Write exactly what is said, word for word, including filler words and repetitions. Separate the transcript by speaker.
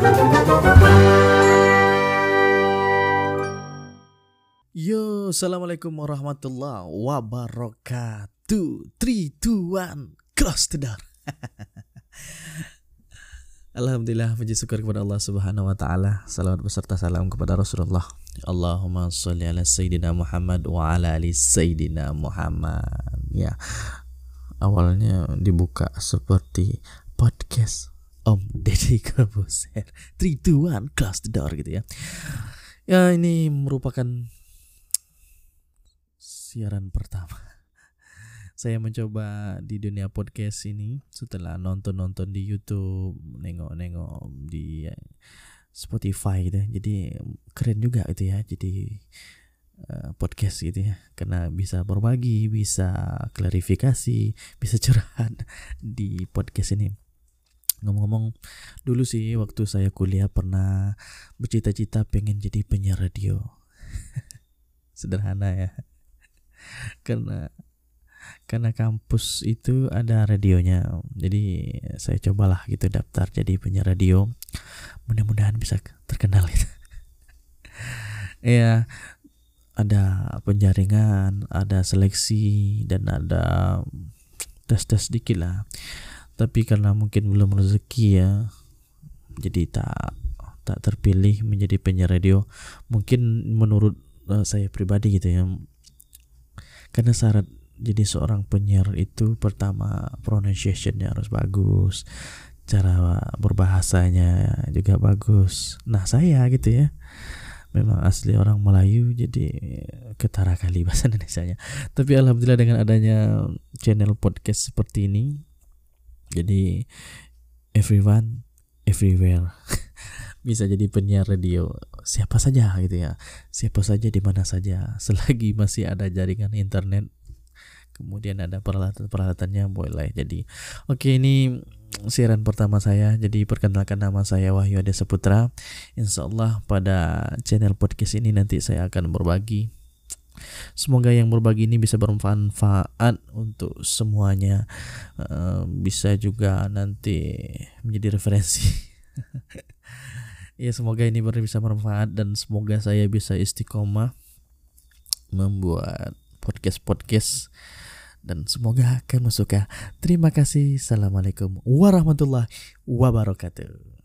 Speaker 1: Yo, assalamualaikum warahmatullahi wabarakatuh. Three, two, one, close the door. Alhamdulillah, puji syukur kepada Allah Subhanahu wa taala. Salawat beserta salam kepada Rasulullah. Allahumma sholli ala sayyidina Muhammad wa ala ali sayyidina Muhammad. Ya. Awalnya dibuka seperti podcast Om Deddy Corbuzier. three, two, one, close the door gitu ya. Ya, ini merupakan siaran pertama saya mencoba di dunia podcast ini setelah nonton-nonton di YouTube, nengok-nengok di Spotify gitu. Jadi keren juga itu ya. Jadi uh, podcast gitu ya, karena bisa berbagi, bisa klarifikasi, bisa curhat di podcast ini. Ngomong-ngomong, dulu sih waktu saya kuliah pernah bercita-cita pengen jadi penyiar radio. Sederhana ya. Karena karena kampus itu ada radionya, jadi saya cobalah gitu daftar jadi penyiar radio, mudah-mudahan bisa terkenal gitu. Ya, ada penjaringan, ada seleksi, dan ada tes-tes dikit lah. Tapi karena mungkin belum rezeki ya, jadi tak tak terpilih menjadi penyiar radio. Mungkin menurut uh, saya pribadi gitu ya. Karena syarat jadi seorang penyiar itu pertama pronunciation-nya harus bagus, cara berbahasanya juga bagus. Nah saya gitu ya, memang asli orang Melayu, jadi ketara kali bahasa Indonesianya. Tapi alhamdulillah dengan adanya channel podcast seperti ini, jadi everyone everywhere bisa jadi penyiar radio, siapa saja gitu ya, siapa saja di mana saja, selagi masih ada jaringan internet, kemudian ada peralatan-peralatannya, boleh jadi. Oke, ini siaran pertama saya, jadi perkenalkan, nama saya Wahyu Ade Saputra. Insyaallah pada channel podcast ini nanti saya akan berbagi. Semoga yang berbagi ini bisa bermanfaat untuk semuanya, uh, bisa juga nanti menjadi referensi. Ya, semoga ini bisa bermanfaat dan semoga saya bisa istiqomah membuat podcast-podcast dan semoga kamu suka. Terima kasih. Assalamualaikum warahmatullahi wabarakatuh.